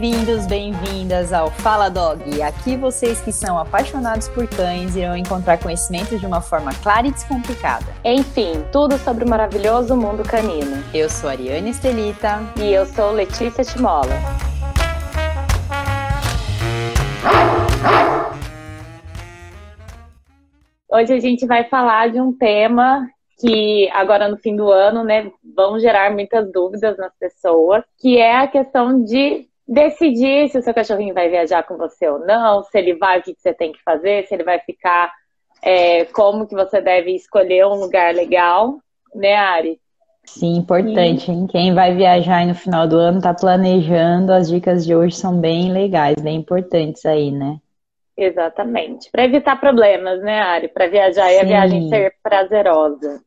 Bem-vindos, bem-vindas ao Fala Dog. Aqui vocês que são apaixonados por cães irão encontrar conhecimento de uma forma clara e descomplicada. Enfim, tudo sobre o maravilhoso mundo canino. Eu sou Ariane Estelita. E eu sou Letícia Timola. Hoje a gente vai falar de um tema que agora no fim do ano, né, vão gerar muitas dúvidas nas pessoas, que é a questão de decidir se o seu cachorrinho vai viajar com você ou não, se ele vai, o que você tem que fazer, se ele vai ficar, como que você deve escolher um lugar legal, né, Ari? Sim, importante, hein? Quem vai viajar aí no final do ano tá planejando, as dicas de hoje são bem legais, bem importantes aí, né? Exatamente. Para evitar problemas, né, Ari? Para viajar e a viagem ser prazerosa.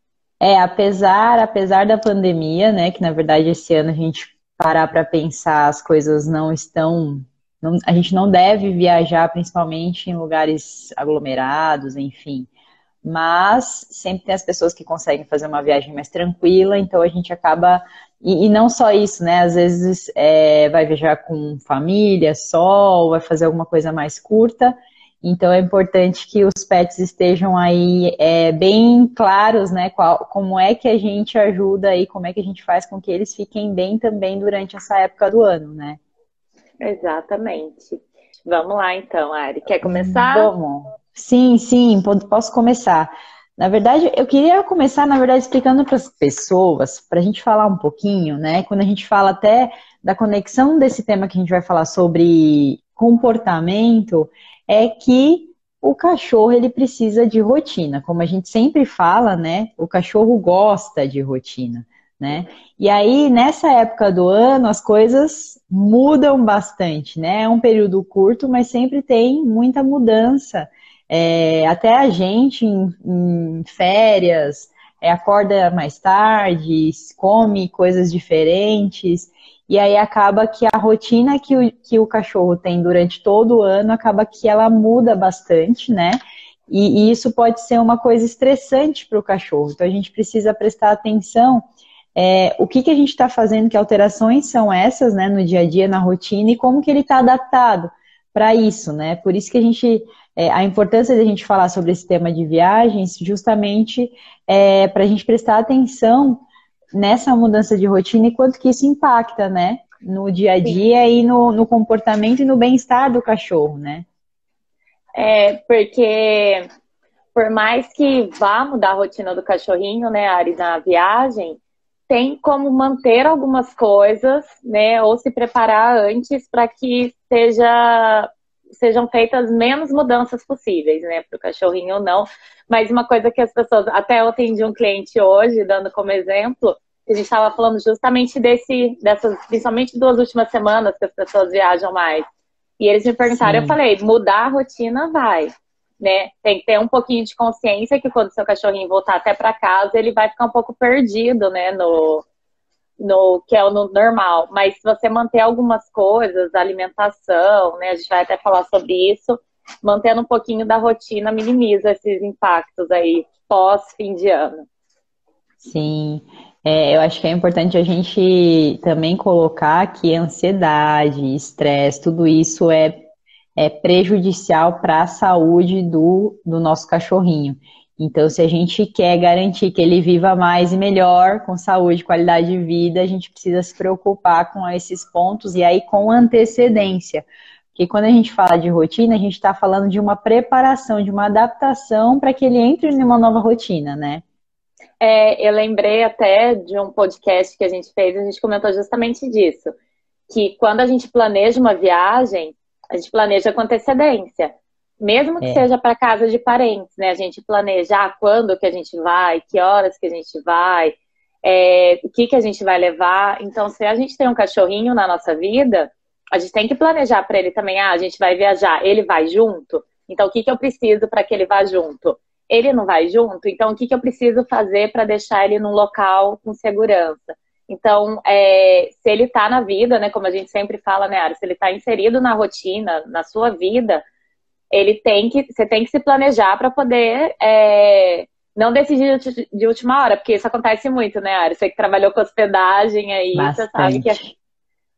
Apesar da pandemia, né, que na verdade esse ano a gente parar para pensar, as coisas não estão... a gente não deve viajar principalmente em lugares aglomerados, enfim. Mas sempre tem as pessoas que conseguem fazer uma viagem mais tranquila, então a gente acaba... E não só isso, né? Às vezes vai viajar com família só, ou vai fazer alguma coisa mais curta. Então é importante que os pets estejam aí bem claros, né? Como é que a gente ajuda aí, como é que a gente faz com que eles fiquem bem também durante essa época do ano, né? Exatamente. Vamos lá então, Ari. Quer começar? Vamos. Sim, posso começar. Na verdade, eu queria começar, explicando para as pessoas, para a gente falar um pouquinho, né? Quando a gente fala até da conexão desse tema que a gente vai falar sobre comportamento, é que o cachorro, ele precisa de rotina. Como a gente sempre fala, né? O cachorro gosta de rotina, né? E aí, nessa época do ano, as coisas mudam bastante, né? É um período curto, mas sempre tem muita mudança. Até a gente em férias acorda mais tarde, come coisas diferentes, e aí acaba que a rotina que o cachorro tem durante todo o ano, acaba que ela muda bastante, né? E isso pode ser uma coisa estressante para o cachorro. Então a gente precisa prestar atenção o que a gente está fazendo, que alterações são essas, né, no dia a dia, na rotina, e como que ele está adaptado para isso, né? Por isso que a importância de a gente falar sobre esse tema de viagens, justamente para a gente prestar atenção nessa mudança de rotina e quanto que isso impacta, né? No dia a dia. Sim. E no comportamento e no bem-estar do cachorro, né? Porque por mais que vá mudar a rotina do cachorrinho, né, Ari, na viagem, tem como manter algumas coisas, né, ou se preparar antes para que sejam feitas menos mudanças possíveis, né, para o cachorrinho ou não. Mas uma coisa que as pessoas... Até eu atendi um cliente hoje, dando como exemplo, que a gente estava falando justamente dessas, principalmente 2 últimas semanas que as pessoas viajam mais. E eles me perguntaram, Sim. Eu falei, mudar a rotina vai, né? Tem que ter um pouquinho de consciência que quando o seu cachorrinho voltar até para casa, ele vai ficar um pouco perdido, né, no que é o normal. Mas se você manter algumas coisas, da alimentação, né, a gente vai até falar sobre isso, mantendo um pouquinho da rotina, minimiza esses impactos aí pós-fim de ano. Sim, eu acho que é importante a gente também colocar que ansiedade, estresse, tudo isso é prejudicial para a saúde do nosso cachorrinho. Então, se a gente quer garantir que ele viva mais e melhor, com saúde, qualidade de vida, a gente precisa se preocupar com esses pontos e aí com antecedência. Porque quando a gente fala de rotina, a gente está falando de uma preparação, de uma adaptação para que ele entre numa nova rotina, né? Eu lembrei até de um podcast que a gente fez, a gente comentou justamente disso. Que quando a gente planeja uma viagem, a gente planeja com antecedência. Mesmo que seja para casa de parentes, né? A gente planeja quando que a gente vai, que horas que a gente vai, o que a gente vai levar. Então, se a gente tem um cachorrinho na nossa vida, a gente tem que planejar para ele também. A gente vai viajar, ele vai junto? Então, o que eu preciso para que ele vá junto? Ele não vai junto? Então, o que eu preciso fazer para deixar ele num local com segurança? Então, se ele está na vida, né? Como a gente sempre fala, né, Ari? Se ele está inserido na rotina, na sua vida... você tem que se planejar para poder não decidir de última hora, porque isso acontece muito, né, Ari? Você que trabalhou com hospedagem aí, Bastante. Você sabe que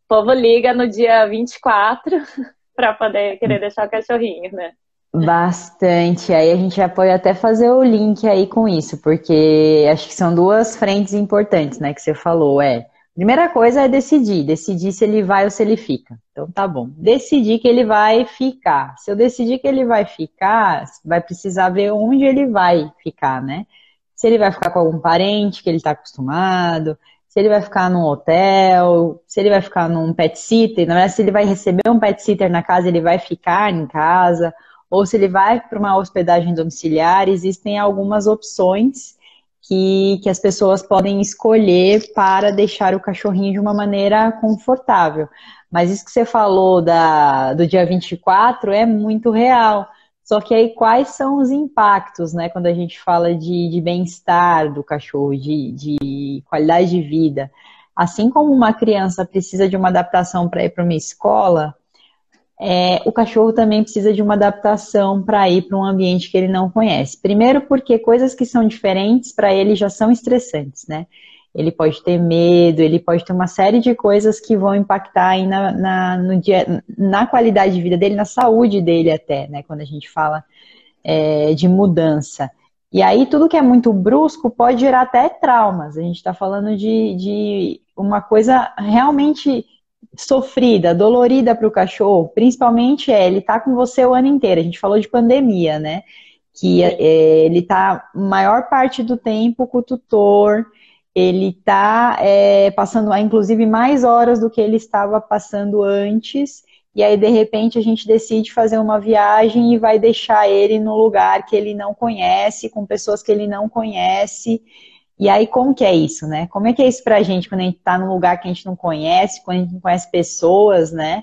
povo liga no dia 24 para poder querer deixar o cachorrinho, né? Bastante. Aí a gente já pode até fazer o link aí com isso, porque acho que são duas frentes importantes, né, que você falou. Primeira coisa é decidir se ele vai ou se ele fica. Então tá bom. Decidir que ele vai ficar. Se eu decidir que ele vai ficar, vai precisar ver onde ele vai ficar, né? Se ele vai ficar com algum parente que ele está acostumado, se ele vai ficar num hotel, se ele vai ficar num pet sitter, na verdade, se ele vai receber um pet sitter na casa, ele vai ficar em casa, ou se ele vai para uma hospedagem domiciliar, existem algumas opções que as pessoas podem escolher para deixar o cachorrinho de uma maneira confortável. Mas isso que você falou do dia 24 é muito real. Só que aí quais são os impactos, né, quando a gente fala de bem-estar do cachorro, de qualidade de vida? Assim como uma criança precisa de uma adaptação para ir para uma escola, o cachorro também precisa de uma adaptação para ir para um ambiente que ele não conhece. Primeiro porque coisas que são diferentes para ele já são estressantes, né? Ele pode ter medo, ele pode ter uma série de coisas que vão impactar aí na qualidade de vida dele, na saúde dele até, né? Quando a gente fala de mudança. E aí tudo que é muito brusco pode gerar até traumas. A gente está falando de uma coisa realmente sofrida, dolorida para o cachorro, principalmente ele tá com você o ano inteiro. A gente falou de pandemia, né? Que ele tá maior parte do tempo com o tutor, ele tá passando, inclusive, mais horas do que ele estava passando antes, e aí, de repente, a gente decide fazer uma viagem e vai deixar ele no lugar que ele não conhece, com pessoas que ele não conhece. E aí, como que é isso, né? Como é que é isso pra gente quando a gente tá num lugar que a gente não conhece, quando a gente não conhece pessoas, né?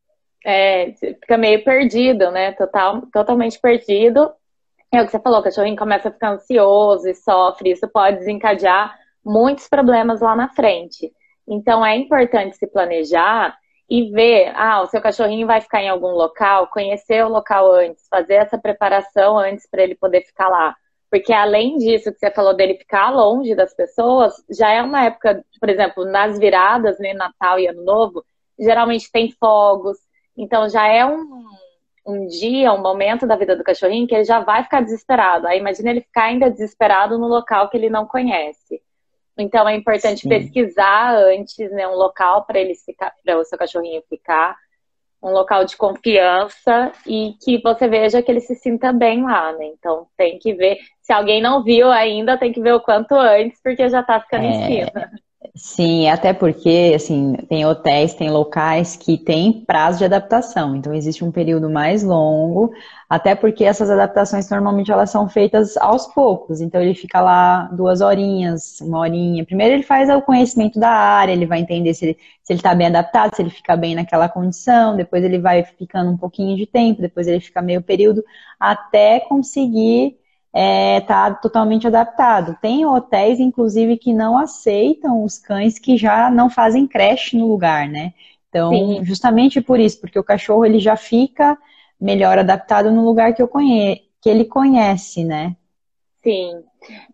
Fica meio perdido, né? Totalmente perdido. É o que você falou, o cachorrinho começa a ficar ansioso e sofre. Isso pode desencadear muitos problemas lá na frente. Então, é importante se planejar e ver, o seu cachorrinho vai ficar em algum local, conhecer o local antes, fazer essa preparação antes para ele poder ficar lá. Porque além disso que você falou dele ficar longe das pessoas, já é uma época, por exemplo, nas viradas, né, Natal e Ano Novo, geralmente tem fogos. Então já é um dia, um momento da vida do cachorrinho que ele já vai ficar desesperado. Aí imagina ele ficar ainda desesperado no local que ele não conhece. Então é importante pesquisar antes, né, um local para o seu cachorrinho ficar. Um local de confiança e que você veja que ele se sinta bem lá, né? Então tem que ver, se alguém não viu ainda, tem que ver o quanto antes, porque já tá ficando em cima. Sim, até porque, assim, tem hotéis, tem locais que têm prazo de adaptação, então existe um período mais longo, até porque essas adaptações normalmente elas são feitas aos poucos, então ele fica lá 2 horinhas, 1 horinha. Primeiro ele faz o conhecimento da área, ele vai entender se ele está bem adaptado, se ele fica bem naquela condição, depois ele vai ficando um pouquinho de tempo, depois ele fica meio período, até conseguir tá totalmente adaptado. Tem hotéis, inclusive, que não aceitam os cães que já não fazem creche no lugar, né? Então, sim, justamente por isso, porque o cachorro ele já fica melhor adaptado no lugar que ele conhece, né? Sim.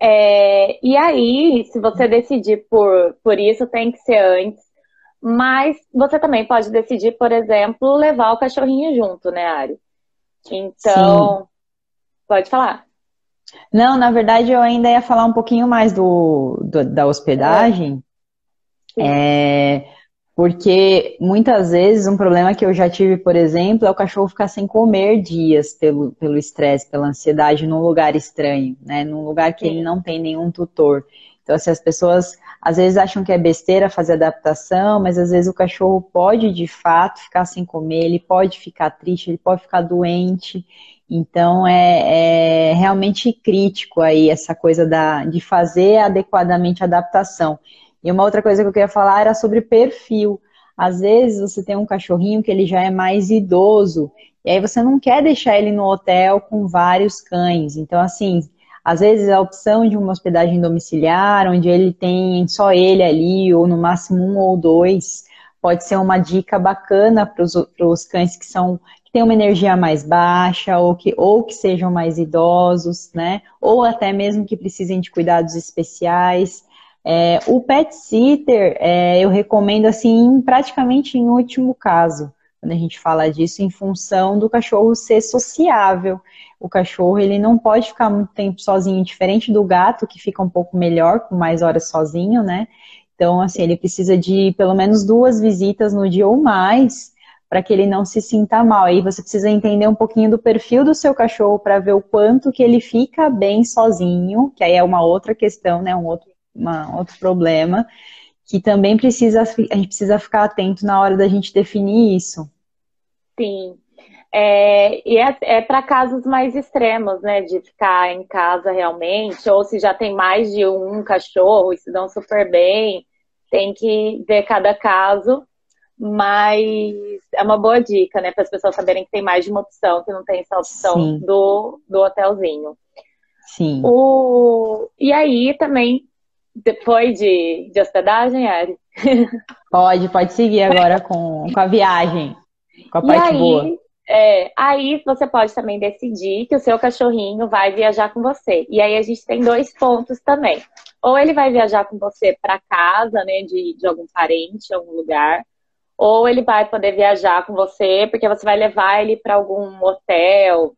E aí, se você decidir por isso, tem que ser antes. Mas você também pode decidir, por exemplo, levar o cachorrinho junto, né, Ari? Então, sim, pode falar. Não, na verdade eu ainda ia falar um pouquinho mais da hospedagem, porque muitas vezes um problema que eu já tive, por exemplo, é o cachorro ficar sem comer dias pelo estresse, pela ansiedade, num lugar estranho, né? Num lugar que ele não tem nenhum tutor. Então, assim, as pessoas às vezes acham que é besteira fazer adaptação, mas às vezes o cachorro pode, de fato, ficar sem comer, ele pode ficar triste, ele pode ficar doente. Então, é realmente crítico aí essa coisa de fazer adequadamente a adaptação. E uma outra coisa que eu queria falar era sobre perfil. Às vezes você tem um cachorrinho que ele já é mais idoso, e aí você não quer deixar ele no hotel com vários cães. Então, assim, às vezes a opção de uma hospedagem domiciliar, onde ele tem só ele ali, ou no máximo 1 ou 2, pode ser uma dica bacana para os cães que têm uma energia mais baixa, ou que sejam mais idosos, né? Ou até mesmo que precisem de cuidados especiais. O pet sitter, eu recomendo assim, praticamente em último caso, quando a gente fala disso, em função do cachorro ser sociável. O cachorro, ele não pode ficar muito tempo sozinho, diferente do gato, que fica um pouco melhor, com mais horas sozinho, né? Então, assim, ele precisa de pelo menos 2 visitas no dia ou mais, para que ele não se sinta mal. Aí você precisa entender um pouquinho do perfil do seu cachorro para ver o quanto que ele fica bem sozinho, que aí é uma outra questão, né? Outro problema, que também a gente precisa ficar atento na hora da gente definir isso. Sim. E é para casos mais extremos, né? De ficar em casa realmente, ou se já tem mais de um cachorro e se dão super bem, tem que ver cada caso, mas é uma boa dica, né? Para as pessoas saberem que tem mais de uma opção, que não tem essa opção Sim, do hotelzinho. sim. E aí também, depois de hospedagem, Ari? Pode seguir agora com a viagem, com a E parte boa. aí você pode também decidir que o seu cachorrinho vai viajar com você. E aí a gente tem 2 pontos também. Ou ele vai viajar com você para casa, né, de algum parente, algum lugar, ou ele vai poder viajar com você porque você vai levar ele para algum hotel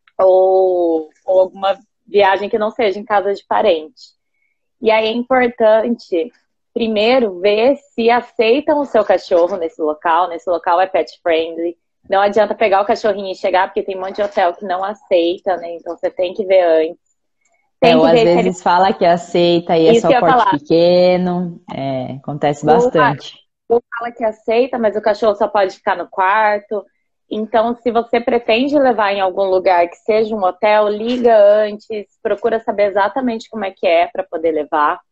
ou alguma viagem que não seja em casa de parente. E aí é importante, primeiro, ver se aceitam o seu cachorro nesse local. Nesse local é pet friendly. Não adianta pegar o cachorrinho e chegar, porque tem um monte de hotel que não aceita, né? Então você tem que ver antes. Tem Ou que às ver se ele. vezes fala que aceita e é Isso só que eu ia porte falar. pequeno. Acontece Ou bastante. fala que aceita, mas o cachorro só pode ficar no quarto. Então, se você pretende levar em algum lugar que seja um hotel, liga antes, procura saber exatamente como é que é para poder levar.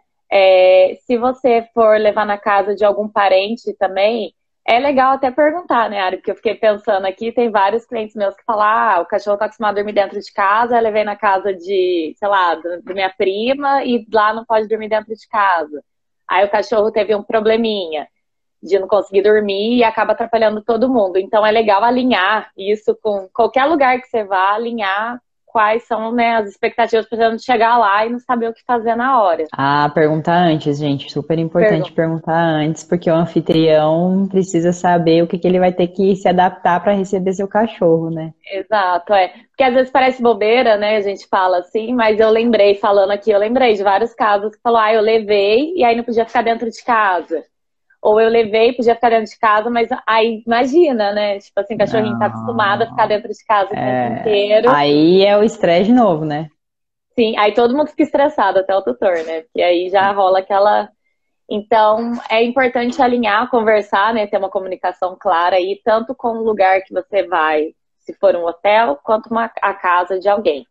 Se você for levar na casa de algum parente também, é legal até perguntar, né, Ari? Porque eu fiquei pensando aqui, tem vários clientes meus que falam, o cachorro tá acostumado a dormir dentro de casa, eu levei na casa de, sei lá, da minha prima e lá não pode dormir dentro de casa. Aí o cachorro teve um probleminha de não conseguir dormir e acaba atrapalhando todo mundo. Então é legal alinhar isso com qualquer lugar que você vá, alinhar quais são, né, as expectativas para você não chegar lá e não saber o que fazer na hora. Perguntar antes, gente. Super importante Pergunta. perguntar antes, porque o anfitrião precisa saber o que ele vai ter que se adaptar para receber seu cachorro, né? Exato, é. Porque às vezes parece bobeira, né? A gente fala assim, mas eu lembrei, falando aqui, eu lembrei de vários casos que falou, eu levei e aí não podia ficar dentro de casa. Ou eu levei e podia ficar dentro de casa, mas aí imagina, né? Tipo assim, o cachorrinho tá acostumado a ficar Não. dentro de casa o tempo inteiro. Aí é o estresse de novo, né? Sim, aí todo mundo fica estressado, até o tutor, né? Porque aí já rola aquela. Então, é importante alinhar, conversar, né? Ter uma comunicação clara aí, tanto com o lugar que você vai, se for um hotel, quanto a casa de alguém.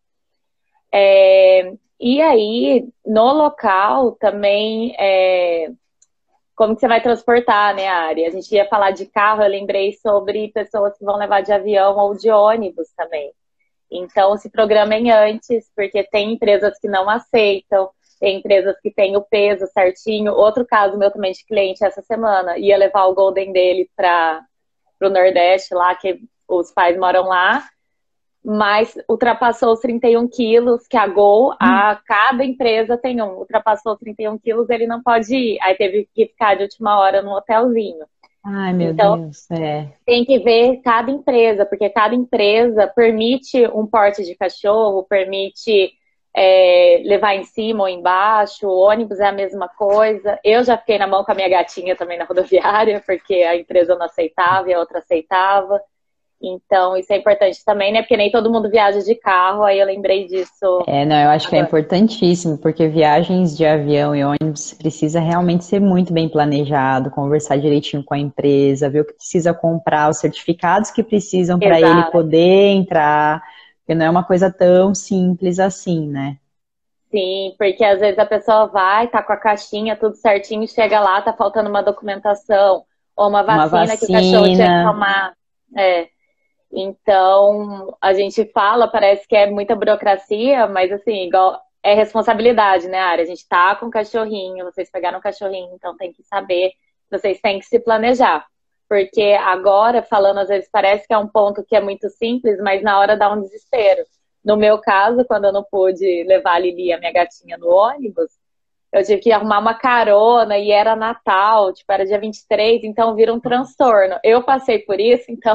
E aí, no local também, como que você vai transportar, né, a área? A gente ia falar de carro, eu lembrei sobre pessoas que vão levar de avião ou de ônibus também. Então, se programem antes, porque tem empresas que não aceitam, tem empresas que têm o peso certinho. Outro caso meu também de cliente essa semana, ia levar o Golden dele para o Nordeste, lá que os pais moram lá, mas ultrapassou os 31 quilos, que a Gol, cada empresa tem um, ultrapassou os 31 quilos, ele não pode ir. Aí teve que ficar de última hora no hotelzinho. Ai, meu Então, Deus, tem que ver cada empresa, porque cada empresa permite um porte de cachorro, permite levar em cima ou embaixo, o ônibus é a mesma coisa. Eu já fiquei na mão com a minha gatinha também na rodoviária, porque a empresa não aceitava e a outra aceitava. Então, isso é importante também, né? Porque nem todo mundo viaja de carro, aí eu lembrei disso Não, eu acho que é agora. importantíssimo, porque viagens de avião e ônibus precisa realmente ser muito bem planejado, conversar direitinho com a empresa, ver o que precisa comprar, os certificados que precisam para ele Exato. poder entrar, porque não é uma coisa tão simples assim, né? Sim, porque às vezes a pessoa vai, tá com a caixinha, tudo certinho, chega lá, tá faltando uma documentação ou uma Uma vacina que o cachorro tinha que vacina, tomar. É. Então, a gente fala, parece que é muita burocracia, mas assim, igual é responsabilidade, né, Ari? A gente tá com o cachorrinho, vocês pegaram o cachorrinho, então tem que saber, vocês têm que se planejar. Porque agora, falando, às vezes parece que é um ponto que é muito simples, mas na hora dá um desespero. No meu caso, quando eu não pude levar a Lili, a minha gatinha, no ônibus, Eu tive que arrumar uma carona e era Natal, tipo, era dia 23, então vira um transtorno. Eu passei por isso, então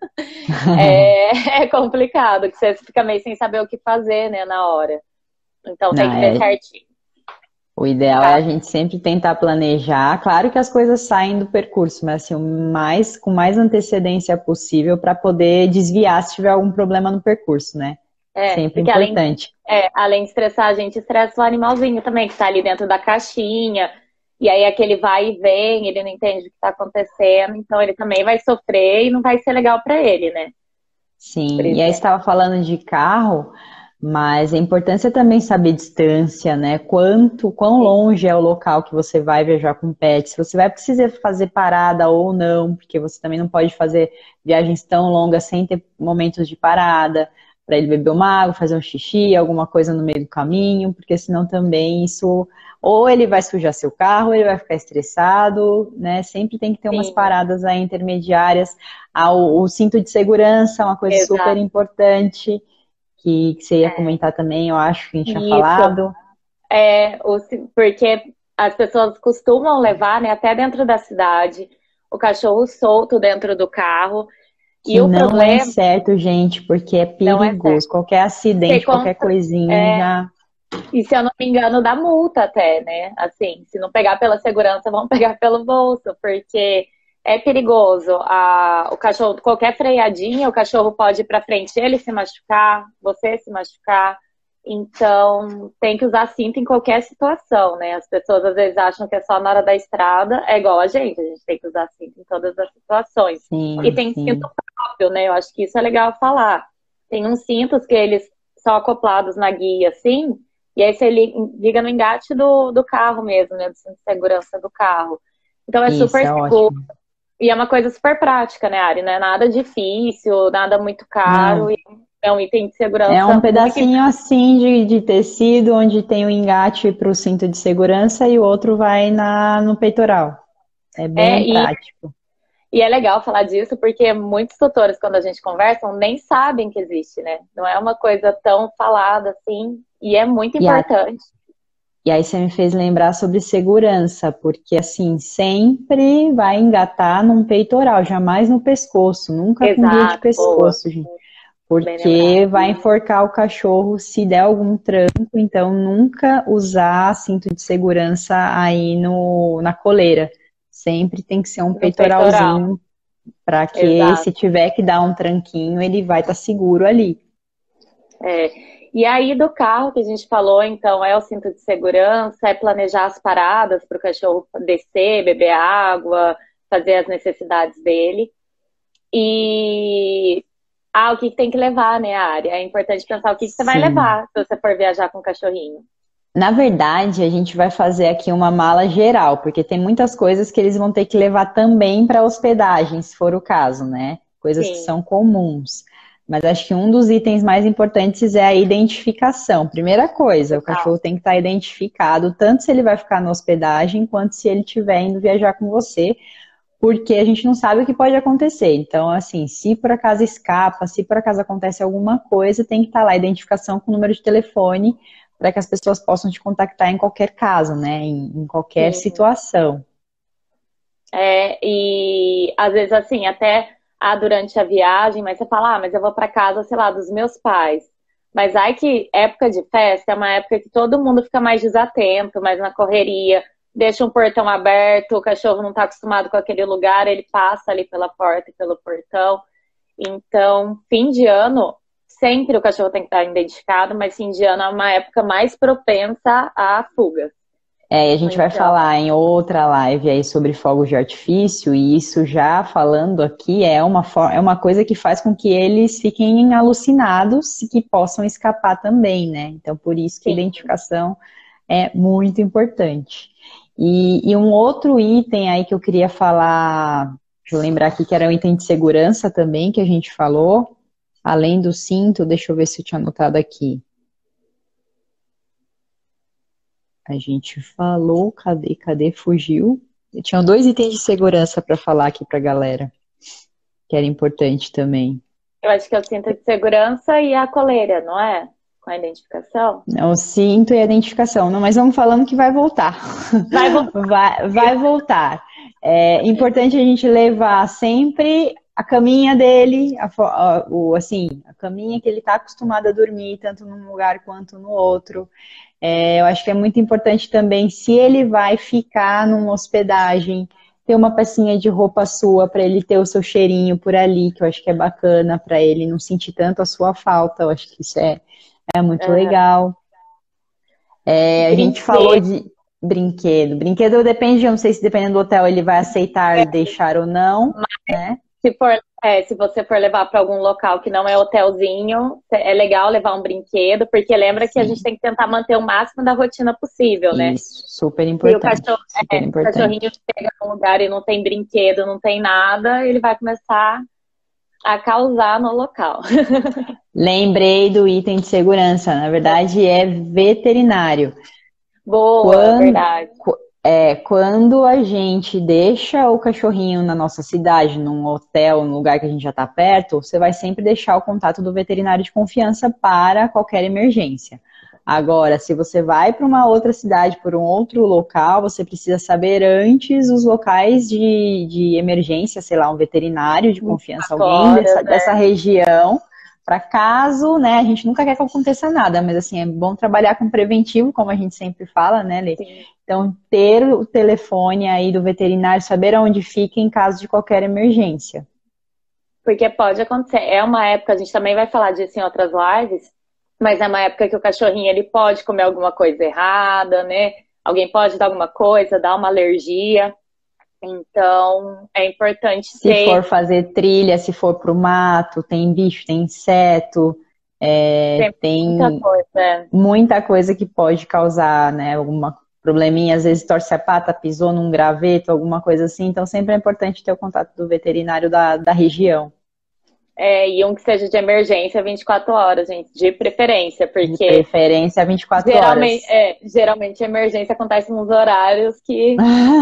é complicado, que você fica meio sem saber o que fazer, né, na hora. Então tem Não, que ver certinho. o ideal é Tá? a gente sempre tentar planejar. Claro que as coisas saem do percurso, mas assim, com mais antecedência possível para poder desviar se tiver algum problema no percurso, né? Sempre Porque importante. além de estressar a gente, estressa o animalzinho também, que tá ali dentro da caixinha. E aí aquele vai e vem, ele não entende o que tá acontecendo, então ele também vai sofrer e não vai ser legal para ele, né? Por Sim, e isso aí que você estava falando de carro, mas a importância é também saber distância, né? Quão longe é o local que você vai viajar com o pet, se você vai precisar fazer parada ou não, porque você também não pode fazer viagens tão longas sem ter momentos de parada, para ele beber uma água, fazer um xixi, alguma coisa no meio do caminho, porque senão também isso, ou ele vai sujar seu carro, ou ele vai ficar estressado, né? Sempre tem que ter umas sim, paradas aí intermediárias. O cinto de segurança é uma coisa super exato. importante, que você ia É. comentar também, eu acho que a gente tinha Isso. falado. Porque as pessoas costumam levar, né, até dentro da cidade, o cachorro solto dentro do carro. Que E o não é problema certo, gente, porque é não é certo. perigoso. Qualquer Porque acidente, qualquer coisinha é, já. e se eu não me engano, dá multa até, né? Assim, se não pegar pela segurança, vão pegar pelo bolso, porque é perigoso. O cachorro, qualquer freadinha, o cachorro pode ir para frente, ele se machucar, você se machucar. Então, tem que usar cinto em qualquer situação, né? As pessoas às vezes acham que é só na hora da estrada, é igual a gente tem que usar cinto em todas as situações. E Sim, tem cinto sim. próprio, né? Eu acho que isso é legal falar. Tem uns cintos que eles são acoplados na guia, assim, e aí você liga no engate do carro mesmo, né? Do cinto de segurança do carro. Então é Isso super é seguro. ótimo. E é uma coisa super prática, né, Ari? Não é nada difícil, nada muito caro. Não. E é um item de É um segurança muito pedacinho assim de tecido, onde tem o engate para o cinto de segurança e o outro vai no peitoral. É é, bem e, prático. e é legal falar disso porque muitos tutores, quando a gente conversa, nem sabem que existe, né? Não é uma coisa tão falada assim, e é muito E, a- importante. e aí você me fez lembrar sobre segurança, porque assim, sempre vai engatar num peitoral, jamais no pescoço, nunca com guia de Exato, boa, pescoço, gente. bem lembrado. Porque vai enforcar o cachorro se der algum tranco, então nunca usar cinto de segurança aí na coleira. Sempre tem que ser um No peitoral, peitoralzinho para que exato. se tiver que dar um tranquinho, ele vai estar seguro ali. É. E aí do carro que a gente falou, então, é o cinto de segurança, é planejar as paradas para o cachorro descer, beber água, fazer as necessidades dele. E o que tem que levar, né, a área? É importante pensar o que você vai Sim. levar se você for viajar com o cachorrinho. Na verdade, a gente vai fazer aqui uma mala geral, porque tem muitas coisas que eles vão ter que levar também para hospedagem, se for o caso, né? Coisas que Sim, são comuns. Mas acho que um dos itens mais importantes é a identificação. Primeira coisa, o total. cachorro tem que estar identificado, tanto se ele vai ficar na hospedagem, quanto se ele estiver indo viajar com você, porque a gente não sabe o que pode acontecer. Então, assim, se por acaso escapa, se por acaso acontece alguma coisa, tem que estar lá a identificação com o número de telefone para que as pessoas possam te contactar em qualquer caso, né? Em qualquer Sim. situação. E às vezes assim, até durante a viagem, mas você fala, mas eu vou para casa, sei lá, dos meus pais. Mas ai que época de festa é uma época que todo mundo fica mais desatento, mais na correria, deixa um portão aberto, o cachorro não está acostumado com aquele lugar, ele passa ali pela porta e pelo portão. Então, fim de ano, sempre o cachorro tem que estar identificado, mas fim de ano é uma época mais propensa à fuga. É, e a gente vai Então, falar em outra live aí sobre fogos de artifício, e isso já falando aqui é uma coisa que faz com que eles fiquem alucinados e que possam escapar também, né? Então, por isso que a sim. identificação é muito importante. E um outro item aí que eu queria falar, deixa eu lembrar aqui que era um item de segurança também que a gente falou, além do cinto, deixa eu ver se eu tinha anotado aqui. A gente falou, cadê, fugiu? Eu tinha dois itens de segurança para falar aqui para a galera, que era importante também. Eu acho que é o cinto de segurança e a coleira, não é? com a identificação? O cinto e a identificação. Não, mas vamos falando que vai voltar. Vai voltar. Vai voltar. É importante a gente levar sempre a caminha dele, a caminha que ele está acostumado a dormir, tanto num lugar quanto no outro. Eu acho que é muito importante também, se ele vai ficar numa hospedagem, ter uma pecinha de roupa sua para ele ter o seu cheirinho por ali, que eu acho que é bacana para ele não sentir tanto a sua falta. Eu acho que isso é muito legal. A gente falou de brinquedo. Brinquedo depende, eu não sei se dependendo do hotel ele vai aceitar deixar ou não, né? Se você for levar para algum local que não é hotelzinho, é legal levar um brinquedo, porque lembra que a gente tem que tentar manter o máximo da rotina possível, né? Isso, super importante. E o cachorrinho chega num lugar e não tem brinquedo, não tem nada, ele vai começar a causar no local. Lembrei do item de segurança, na verdade é veterinário. Boa, verdade. Quando a gente deixa o cachorrinho na nossa cidade, num hotel, num lugar que a gente já está perto, você vai sempre deixar o contato do veterinário de confiança para qualquer emergência. Agora, se você vai para uma outra cidade, por um outro local, você precisa saber antes os locais de emergência, sei lá, um veterinário de confiança, alguém dessa região, para caso, né, a gente nunca quer que aconteça nada, mas assim, é bom trabalhar com preventivo, como a gente sempre fala, né, Lê? Sim. Então, ter o telefone aí do veterinário, saber aonde fica em caso de qualquer emergência. Porque pode acontecer, é uma época, a gente também vai falar disso em outras lives, mas é uma época que o cachorrinho, ele pode comer alguma coisa errada, né? Alguém pode dar alguma coisa, dar uma alergia. Então, é importante Se for fazer trilha, se for pro mato, tem bicho, tem inseto, tem muita coisa que pode causar, né, alguma probleminha, às vezes torce a pata, pisou num graveto, alguma coisa assim, então sempre é importante ter o contato do veterinário da região. E um que seja de emergência 24 horas, gente, de preferência, porque... De preferência 24 horas. Geralmente a emergência acontece nos horários que...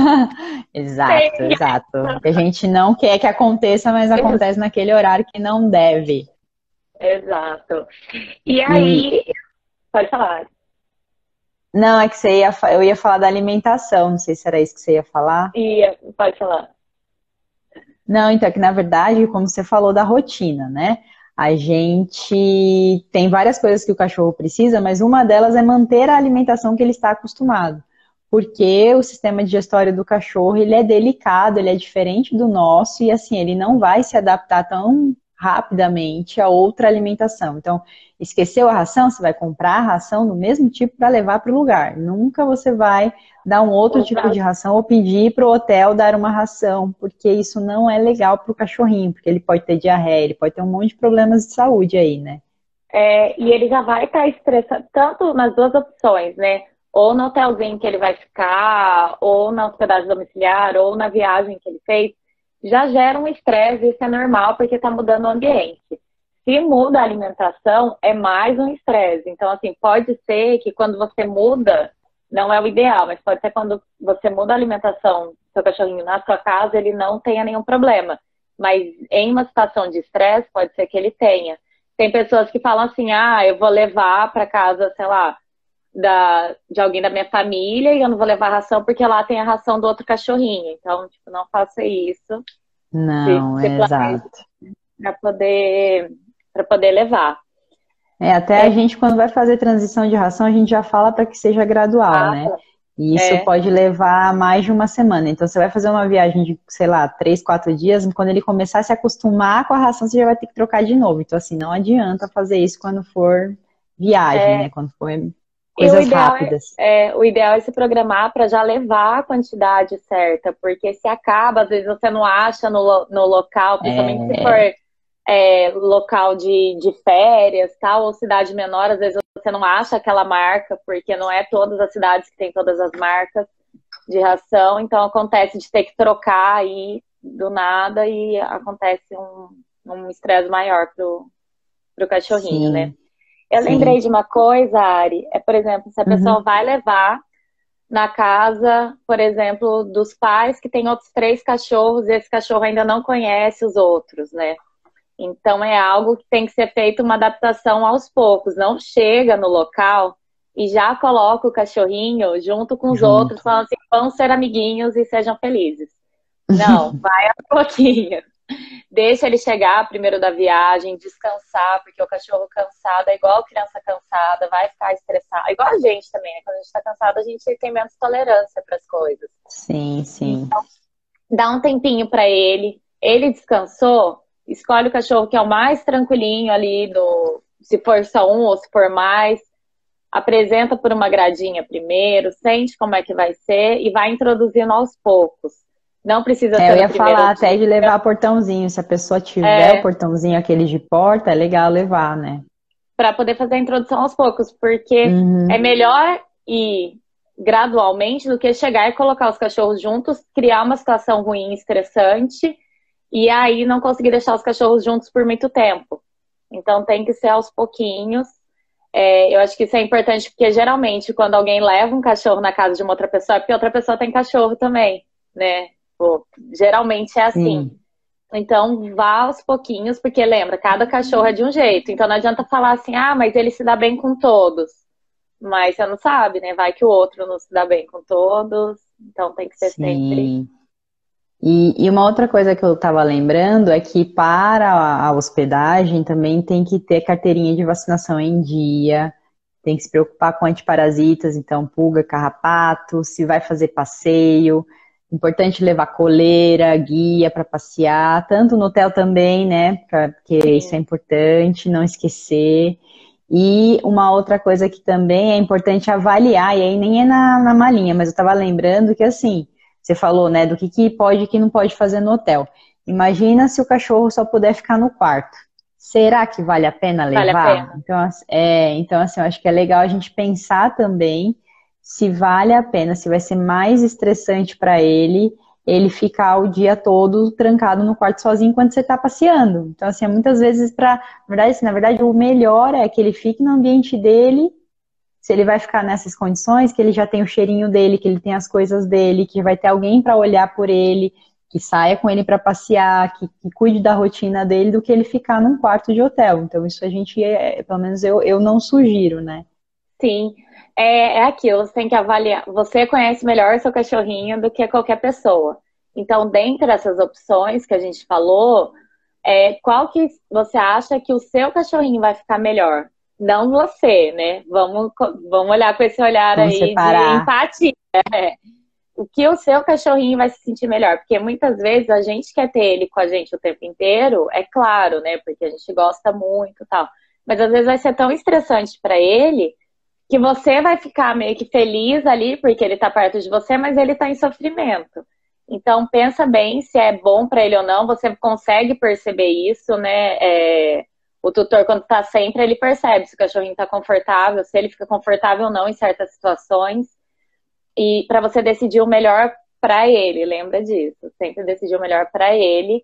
Exato. Que a gente não quer que aconteça, mas acontece naquele horário que não deve. Exato. E aí... Pode falar. Não, é que eu ia falar da alimentação, não sei se era isso que você ia falar. Pode falar. Não, então, é que na verdade, como você falou da rotina, né? A gente tem várias coisas que o cachorro precisa, mas uma delas é manter a alimentação que ele está acostumado. Porque o sistema digestório do cachorro, ele é delicado, ele é diferente do nosso e assim, ele não vai se adaptar tão rapidamente a outra alimentação. Então, esqueceu a ração, você vai comprar a ração do mesmo tipo para levar para o lugar. Nunca você vai dar um outro tipo de ração ou pedir para o hotel dar uma ração, porque isso não é legal para o cachorrinho, porque ele pode ter diarreia, ele pode ter um monte de problemas de saúde aí, né? E ele já vai estar estressado, tanto nas duas opções, né? Ou no hotelzinho que ele vai ficar, ou na hospedagem domiciliar, ou na viagem que ele fez, já gera um estresse, isso é normal, porque está mudando o ambiente. Se muda a alimentação, é mais um estresse. Então, assim, pode ser que quando você muda, não é o ideal, mas pode ser quando você muda a alimentação do seu cachorrinho na sua casa, ele não tenha nenhum problema. Mas em uma situação de estresse, pode ser que ele tenha. Tem pessoas que falam assim, eu vou levar para casa, sei lá, de alguém da minha família e eu não vou levar ração porque lá tem a ração do outro cachorrinho. Então, tipo, não faça isso. Não, exato. Para poder levar. Até a gente, quando vai fazer transição de ração, a gente já fala para que seja gradual, né? E isso pode levar mais de uma semana. Então, você vai fazer uma viagem de, sei lá, 3, 4 dias, quando ele começar a se acostumar com a ração, você já vai ter que trocar de novo. Então, assim, não adianta fazer isso quando for viagem, né? Quando for coisas rápidas. O ideal é se programar para já levar a quantidade certa, porque se acaba, às vezes você não acha no local, principalmente se for local de férias, tal, ou cidade menor, às vezes você não acha aquela marca, porque não é todas as cidades que tem todas as marcas de ração, então acontece de ter que trocar aí do nada e acontece um estresse maior pro cachorrinho, Sim. né? Eu lembrei de uma coisa, Ari, por exemplo, se a pessoa vai levar na casa, por exemplo, dos pais que tem outros 3 cachorros e esse cachorro ainda não conhece os outros, né? Então é algo que tem que ser feito uma adaptação aos poucos. Não chega no local e já coloca o cachorrinho junto com os outros, Junto. falando assim, vão ser amiguinhos e sejam felizes. Não, vai aos pouquinhos. Deixa ele chegar primeiro da viagem, descansar, porque o cachorro cansado é igual criança cansada, vai ficar estressado. É igual a gente também, né? Quando a gente tá cansado, a gente tem menos tolerância para as coisas. Sim, sim. Então, dá um tempinho para ele. Ele descansou, escolhe o cachorro que é o mais tranquilinho ali, se for só um ou se for mais. Apresenta por uma gradinha primeiro, sente como é que vai ser e vai introduzindo aos poucos. Não precisa ser Eu no ia primeiro falar até de dia. levar portãozinho. Se a pessoa tiver o É, portãozinho aquele de porta, é legal levar, né? para poder fazer a introdução aos poucos, porque é Uhum. melhor ir gradualmente do que chegar e colocar os cachorros juntos, criar uma situação ruim, estressante, e aí não conseguir deixar os cachorros juntos por muito tempo. Então tem que ser aos pouquinhos. Eu acho que isso é importante porque geralmente quando alguém leva um cachorro na casa de uma outra pessoa, é porque outra pessoa tem cachorro também, né? Pô, geralmente é assim. Sim. Então, vá aos pouquinhos, porque lembra, cada cachorro é de um jeito. Então, não adianta falar assim, ah, mas ele se dá bem com todos. Mas você não sabe, né? Vai que o outro não se dá bem com todos. Então, tem que ser sempre. Sim. E uma outra coisa que eu estava lembrando é que para a hospedagem também tem que ter carteirinha de vacinação em dia, tem que se preocupar com antiparasitas, então pulga, carrapato, se vai fazer passeio, importante levar coleira, guia para passear, tanto no hotel também, né? Porque isso é Sim, importante, não esquecer. E uma outra coisa que também é importante avaliar, e aí nem é na malinha, mas eu estava lembrando que assim, você falou, né, do que pode e que não pode fazer no hotel. Imagina se o cachorro só puder ficar no quarto. Será que vale a pena vale a levar? pena. Então, assim, eu acho que é legal a gente pensar também se vale a pena, se vai ser mais estressante para ele ficar o dia todo trancado no quarto sozinho enquanto você está passeando. Então, assim, muitas vezes na verdade, o melhor é que ele fique no ambiente dele, se ele vai ficar nessas condições, que ele já tem o cheirinho dele, que ele tem as coisas dele, que vai ter alguém para olhar por ele, que saia com ele para passear, que cuide da rotina dele, do que ele ficar num quarto de hotel. Então, isso a gente, pelo menos eu não sugiro, né? Sim, é aquilo, você tem que avaliar. Você conhece melhor seu cachorrinho do que qualquer pessoa. Então, dentre essas opções que a gente falou, qual que você acha que o seu cachorrinho vai ficar melhor? Não você, né? Vamos olhar com esse olhar Vamos aí de separar. empatia. O que o seu cachorrinho vai se sentir melhor? Porque muitas vezes a gente quer ter ele com a gente o tempo inteiro, é claro, né? Porque a gente gosta muito e tal. Mas às vezes vai ser tão estressante para ele que você vai ficar meio que feliz ali porque ele tá perto de você, mas ele tá em sofrimento. Então pensa bem se é bom para ele ou não. Você consegue perceber isso, né? O tutor, quando tá sempre, ele percebe se o cachorrinho tá confortável, se ele fica confortável ou não em certas situações. E para você decidir o melhor para ele, lembra disso. Sempre decidir o melhor para ele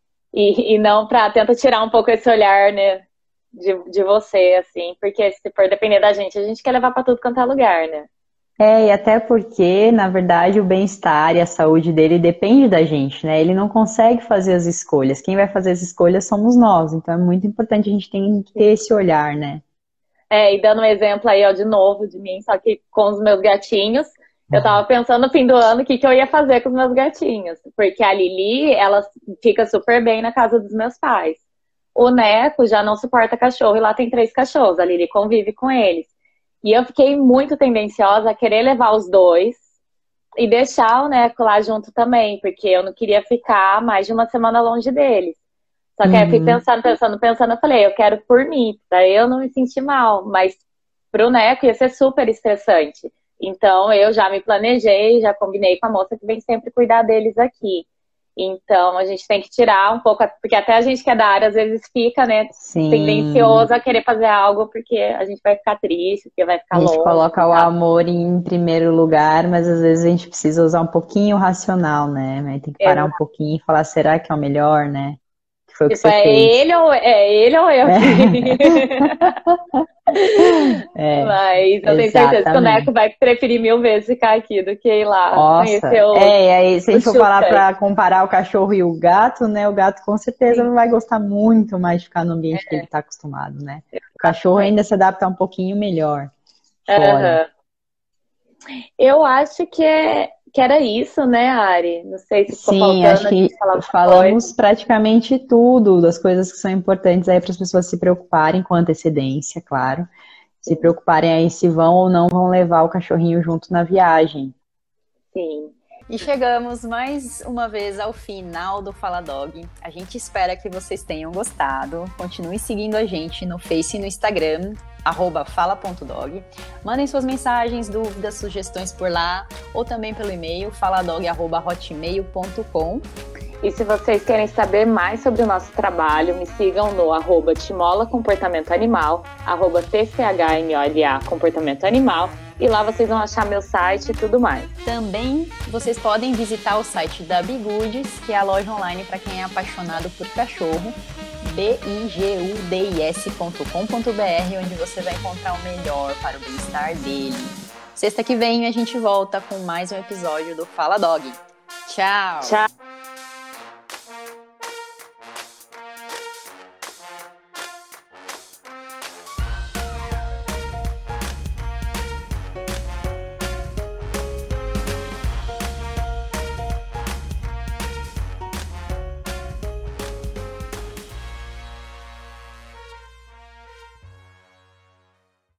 e não para tentar tirar um pouco esse olhar, né, de você, assim, porque se for depender da gente, a gente quer levar para tudo quanto é lugar, né? E até porque, na verdade, o bem-estar e a saúde dele depende da gente, né? Ele não consegue fazer as escolhas. Quem vai fazer as escolhas somos nós. Então é muito importante a gente ter esse olhar, né? E dando um exemplo aí, ó, de novo de mim, só que com os meus gatinhos, eu tava pensando no fim do ano o que que eu ia fazer com os meus gatinhos, porque a Lili, ela fica super bem na casa dos meus pais. O Neco já não suporta cachorro e lá tem 3 cachorros, a Lili convive com eles. E eu fiquei muito tendenciosa a querer levar os dois e deixar o Neco lá junto também, porque eu não queria ficar mais de uma semana longe deles. Só que aí eu fui Uhum. pensando, eu falei, eu quero por mim, pra eu não me sentir mal, mas pro Neco ia ser super estressante. Então eu já me planejei, já combinei com a moça que vem sempre cuidar deles aqui. Então a gente tem que tirar um pouco, porque até a gente que é da área às vezes fica, né, Sim. tendencioso a querer fazer algo porque a gente vai ficar triste, porque vai A ficar gente longe e coloca o tal. amor em primeiro lugar, mas às vezes a gente precisa usar um pouquinho o racional, né? Tem que parar um pouquinho e falar, será que é o melhor, né? Que foi o que Tipo, você fez. é ele ou eu aqui? Mas eu tenho certeza que o Neco vai preferir 1000 vezes ficar aqui do que ir lá conhecer o. Aí se a gente for falar para comparar o cachorro e o gato, né? O gato com certeza não vai gostar muito mais de ficar no ambiente que ele está acostumado, né? O cachorro ainda se adapta um pouquinho melhor. Eu acho que era isso, né, Ari? Não sei se ficou faltando. Sim, acho que falamos praticamente tudo das coisas que são importantes aí para as pessoas se preocuparem com antecedência, claro. Se preocuparem aí se vão ou não vão levar o cachorrinho junto na viagem. Sim. E chegamos mais uma vez ao final do Fala Dog. A gente espera que vocês tenham gostado. Continue seguindo a gente no Face e no Instagram, @fala.dog. Mandem suas mensagens, dúvidas, sugestões por lá, ou também pelo e-mail faladog@hotmail.com. E se vocês querem saber mais sobre o nosso trabalho, me sigam no @Timola Comportamento Animal, @TCHMOLA Comportamento Animal, e lá vocês vão achar meu site e tudo mais. Também vocês podem visitar o site da Bigudes, que é a loja online para quem é apaixonado por cachorro, bigudis.com.br, onde você vai encontrar o melhor para o bem-estar dele. Sexta que vem a gente volta com mais um episódio do Fala Dog. Tchau! Tchau!